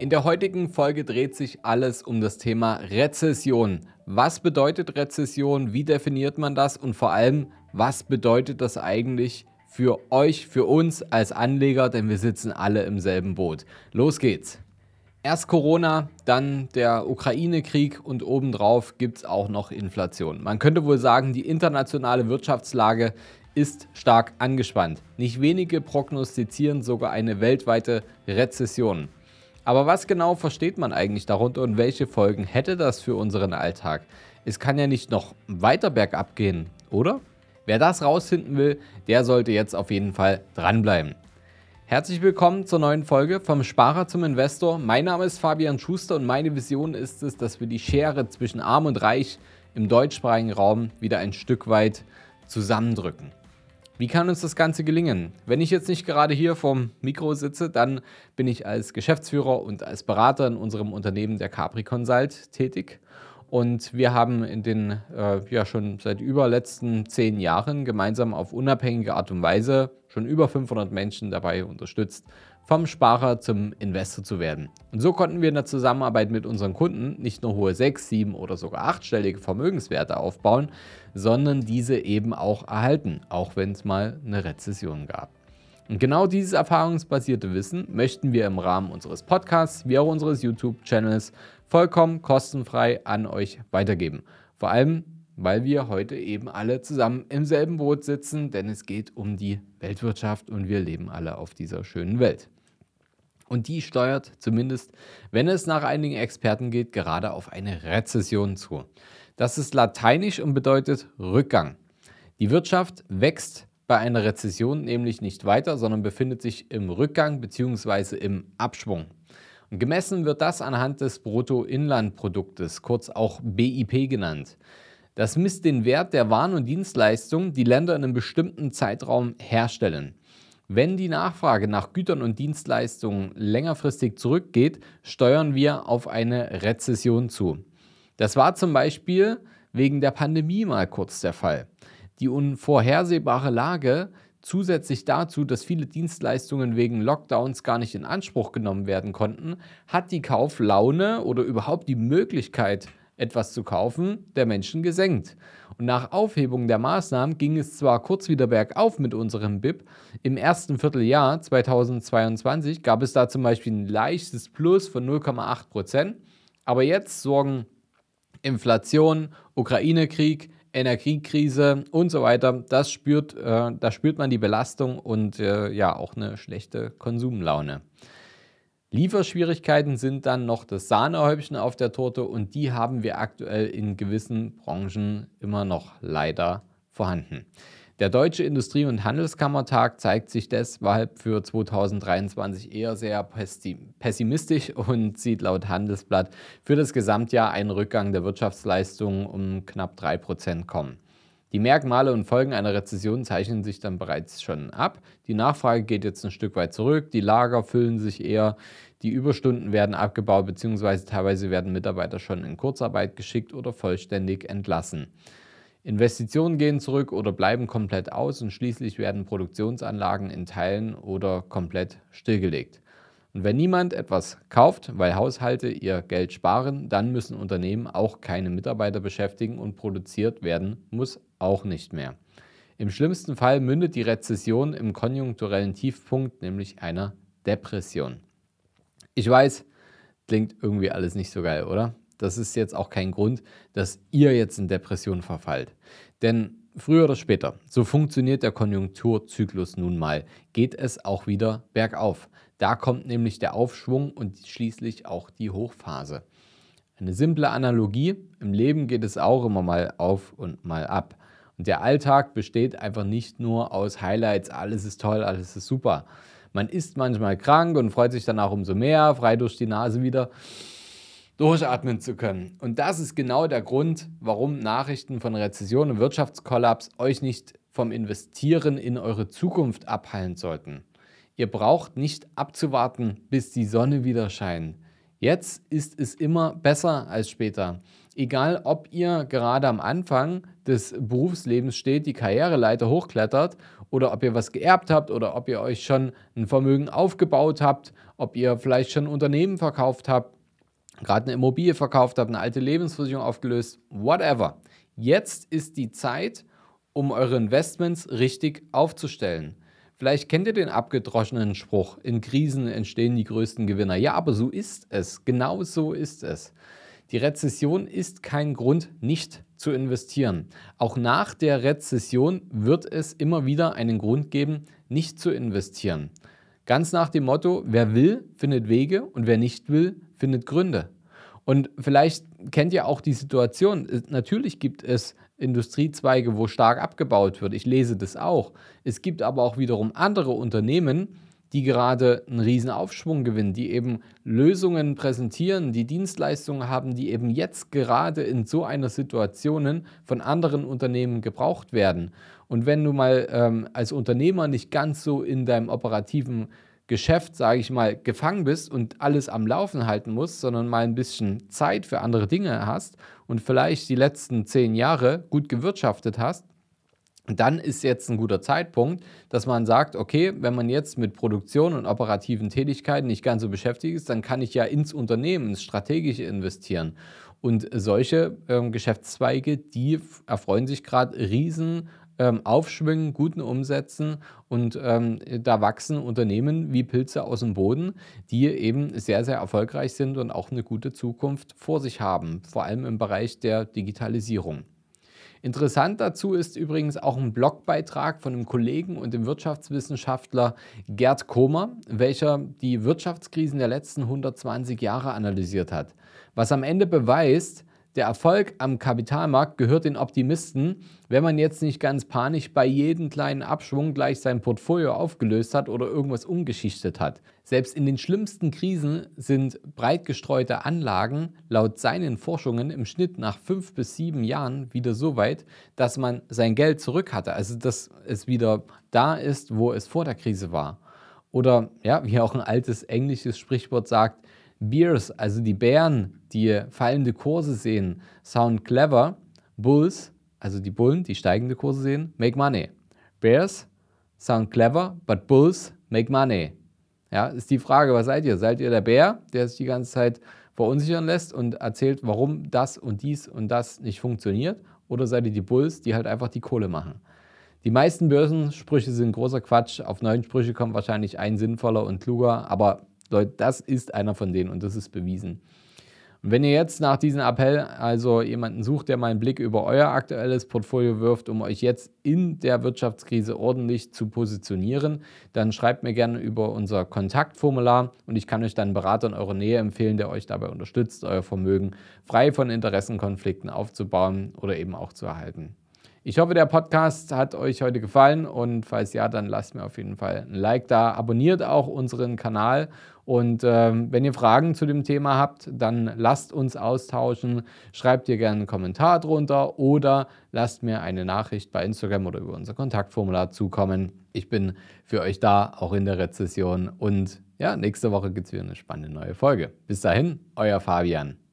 In der heutigen Folge dreht sich alles um das Thema Rezession. Was bedeutet Rezession? Wie definiert man das? Und vor allem, was bedeutet das eigentlich für euch, für uns als Anleger? Denn wir sitzen alle im selben Boot. Los geht's. Erst Corona, dann der Ukraine-Krieg und obendrauf gibt es auch noch Inflation. Man könnte wohl sagen, die internationale Wirtschaftslage ist stark angespannt. Nicht wenige prognostizieren sogar eine weltweite Rezession. Aber was genau versteht man eigentlich darunter und welche Folgen hätte das für unseren Alltag? Es kann ja nicht noch weiter bergab gehen, oder? Wer das rausfinden will, der sollte jetzt auf jeden Fall dranbleiben. Herzlich willkommen zur neuen Folge vom Sparer zum Investor. Mein Name ist Fabian Schuster und meine Vision ist es, dass wir die Schere zwischen Arm und Reich im deutschsprachigen Raum wieder ein Stück weit zusammendrücken. Wie kann uns das Ganze gelingen? Wenn ich jetzt nicht gerade hier vorm Mikro sitze, dann bin ich als Geschäftsführer und als Berater in unserem Unternehmen der Capri Consult tätig. Und wir haben in den schon seit über letzten 10 Jahren gemeinsam auf unabhängige Art und Weise schon über 500 Menschen dabei unterstützt, vom Sparer zum Investor zu werden. Und so konnten wir in der Zusammenarbeit mit unseren Kunden nicht nur hohe 6-, 7- oder sogar 8-stellige Vermögenswerte aufbauen, sondern diese eben auch erhalten, auch wenn es mal eine Rezession gab. Und genau dieses erfahrungsbasierte Wissen möchten wir im Rahmen unseres Podcasts wie auch unseres YouTube-Channels vollkommen kostenfrei an euch weitergeben. Vor allem, weil wir heute eben alle zusammen im selben Boot sitzen, denn es geht um die Weltwirtschaft und wir leben alle auf dieser schönen Welt. Und die steuert zumindest, wenn es nach einigen Experten geht, gerade auf eine Rezession zu. Das ist lateinisch und bedeutet Rückgang. Die Wirtschaft wächst bei einer Rezession nämlich nicht weiter, sondern befindet sich im Rückgang bzw. im Abschwung. Und gemessen wird das anhand des Bruttoinlandproduktes, kurz auch BIP genannt. Das misst den Wert der Waren und Dienstleistungen, die Länder in einem bestimmten Zeitraum herstellen. Wenn die Nachfrage nach Gütern und Dienstleistungen längerfristig zurückgeht, steuern wir auf eine Rezession zu. Das war zum Beispiel wegen der Pandemie mal kurz der Fall. Die unvorhersehbare Lage zusätzlich dazu, dass viele Dienstleistungen wegen Lockdowns gar nicht in Anspruch genommen werden konnten, hat die Kauflaune oder überhaupt die Möglichkeit, etwas zu kaufen, der Menschen gesenkt. Und nach Aufhebung der Maßnahmen ging es zwar kurz wieder bergauf mit unserem BIP, im ersten Vierteljahr 2022 gab es da zum Beispiel ein leichtes Plus von 0,8%, aber jetzt sorgen Inflation, Ukraine-Krieg, Energiekrise und so weiter, da spürt man die Belastung und auch eine schlechte Konsumlaune. Lieferschwierigkeiten sind dann noch das Sahnehäubchen auf der Torte und die haben wir aktuell in gewissen Branchen immer noch leider vorhanden. Der Deutsche Industrie- und Handelskammertag zeigt sich deshalb für 2023 eher sehr pessimistisch und sieht laut Handelsblatt für das Gesamtjahr einen Rückgang der Wirtschaftsleistungen um knapp 3% kommen. Die Merkmale und Folgen einer Rezession zeichnen sich dann bereits schon ab. Die Nachfrage geht jetzt ein Stück weit zurück, die Lager füllen sich eher, die Überstunden werden abgebaut bzw. teilweise werden Mitarbeiter schon in Kurzarbeit geschickt oder vollständig entlassen. Investitionen gehen zurück oder bleiben komplett aus und schließlich werden Produktionsanlagen in Teilen oder komplett stillgelegt. Und wenn niemand etwas kauft, weil Haushalte ihr Geld sparen, dann müssen Unternehmen auch keine Mitarbeiter beschäftigen und produziert werden muss auch nicht mehr. Im schlimmsten Fall mündet die Rezession im konjunkturellen Tiefpunkt, nämlich einer Depression. Ich weiß, klingt irgendwie alles nicht so geil, oder? Das ist jetzt auch kein Grund, dass ihr jetzt in Depression verfallt. Denn früher oder später, so funktioniert der Konjunkturzyklus nun mal, geht es auch wieder bergauf. Da kommt nämlich der Aufschwung und schließlich auch die Hochphase. Eine simple Analogie, im Leben geht es auch immer mal auf und mal ab. Und der Alltag besteht einfach nicht nur aus Highlights, alles ist toll, alles ist super. Man ist manchmal krank und freut sich danach umso mehr, frei durch die Nase wieder durchatmen zu können. Und das ist genau der Grund, warum Nachrichten von Rezession und Wirtschaftskollaps euch nicht vom Investieren in eure Zukunft abhalten sollten. Ihr braucht nicht abzuwarten, bis die Sonne wieder scheint. Jetzt ist es immer besser als später. Egal, ob ihr gerade am Anfang des Berufslebens steht, die Karriereleiter hochklettert oder ob ihr was geerbt habt oder ob ihr euch schon ein Vermögen aufgebaut habt, ob ihr vielleicht schon ein Unternehmen verkauft habt, gerade eine Immobilie verkauft habt, eine alte Lebensversicherung aufgelöst, whatever. Jetzt ist die Zeit, um eure Investments richtig aufzustellen. Vielleicht kennt ihr den abgedroschenen Spruch, in Krisen entstehen die größten Gewinner. Ja, aber so ist es. Genau so ist es. Die Rezession ist kein Grund, nicht zu investieren. Auch nach der Rezession wird es immer wieder einen Grund geben, nicht zu investieren. Ganz nach dem Motto, wer will, findet Wege und wer nicht will, findet Gründe. Und vielleicht kennt ihr auch die Situation, natürlich gibt es Industriezweige, wo stark abgebaut wird. Ich lese das auch. Es gibt aber auch wiederum andere Unternehmen, die gerade einen riesen Aufschwung gewinnen, die eben Lösungen präsentieren, die Dienstleistungen haben, die eben jetzt gerade in so einer Situation von anderen Unternehmen gebraucht werden. Und wenn du mal als Unternehmer nicht ganz so in deinem operativen Geschäft, sage ich mal, gefangen bist und alles am Laufen halten musst, sondern mal ein bisschen Zeit für andere Dinge hast und vielleicht die letzten 10 Jahre gut gewirtschaftet hast, dann ist jetzt ein guter Zeitpunkt, dass man sagt, okay, wenn man jetzt mit Produktion und operativen Tätigkeiten nicht ganz so beschäftigt ist, dann kann ich ja ins Unternehmen, ins Strategische investieren. Und solche Geschäftszweige, die erfreuen sich gerade riesen Aufschwüngen, guten Umsätzen und da wachsen Unternehmen wie Pilze aus dem Boden, die eben sehr, sehr erfolgreich sind und auch eine gute Zukunft vor sich haben, vor allem im Bereich der Digitalisierung. Interessant dazu ist übrigens auch ein Blogbeitrag von einem Kollegen und dem Wirtschaftswissenschaftler Gerd Kommer, welcher die Wirtschaftskrisen der letzten 120 Jahre analysiert hat. Was am Ende beweist, der Erfolg am Kapitalmarkt gehört den Optimisten, wenn man jetzt nicht ganz panisch bei jedem kleinen Abschwung gleich sein Portfolio aufgelöst hat oder irgendwas umgeschichtet hat. Selbst in den schlimmsten Krisen sind breit gestreute Anlagen laut seinen Forschungen im Schnitt nach 5 bis 7 Jahren wieder so weit, dass man sein Geld zurück hatte, also dass es wieder da ist, wo es vor der Krise war. Oder ja, wie auch ein altes englisches Sprichwort sagt, Bears, also die Bären, die fallende Kurse sehen, sound clever. Bulls, also die Bullen, die steigende Kurse sehen, make money. Bears sound clever, but Bulls make money. Ja, ist die Frage, was seid ihr? Seid ihr der Bär, der sich die ganze Zeit verunsichern lässt und erzählt, warum das und dies und das nicht funktioniert? Oder seid ihr die Bulls, die halt einfach die Kohle machen? Die meisten Börsensprüche sind großer Quatsch. Auf 9 Sprüche kommt wahrscheinlich ein sinnvoller und kluger, aber Leute, das ist einer von denen und das ist bewiesen. Und wenn ihr jetzt nach diesem Appell also jemanden sucht, der mal einen Blick über euer aktuelles Portfolio wirft, um euch jetzt in der Wirtschaftskrise ordentlich zu positionieren, dann schreibt mir gerne über unser Kontaktformular und ich kann euch dann einen Berater in eurer Nähe empfehlen, der euch dabei unterstützt, euer Vermögen frei von Interessenkonflikten aufzubauen oder eben auch zu erhalten. Ich hoffe, der Podcast hat euch heute gefallen und falls ja, dann lasst mir auf jeden Fall ein Like da. Abonniert auch unseren Kanal und wenn ihr Fragen zu dem Thema habt, dann lasst uns austauschen. Schreibt ihr gerne einen Kommentar drunter oder lasst mir eine Nachricht bei Instagram oder über unser Kontaktformular zukommen. Ich bin für euch da, auch in der Rezession und ja, nächste Woche gibt es wieder eine spannende neue Folge. Bis dahin, euer Fabian.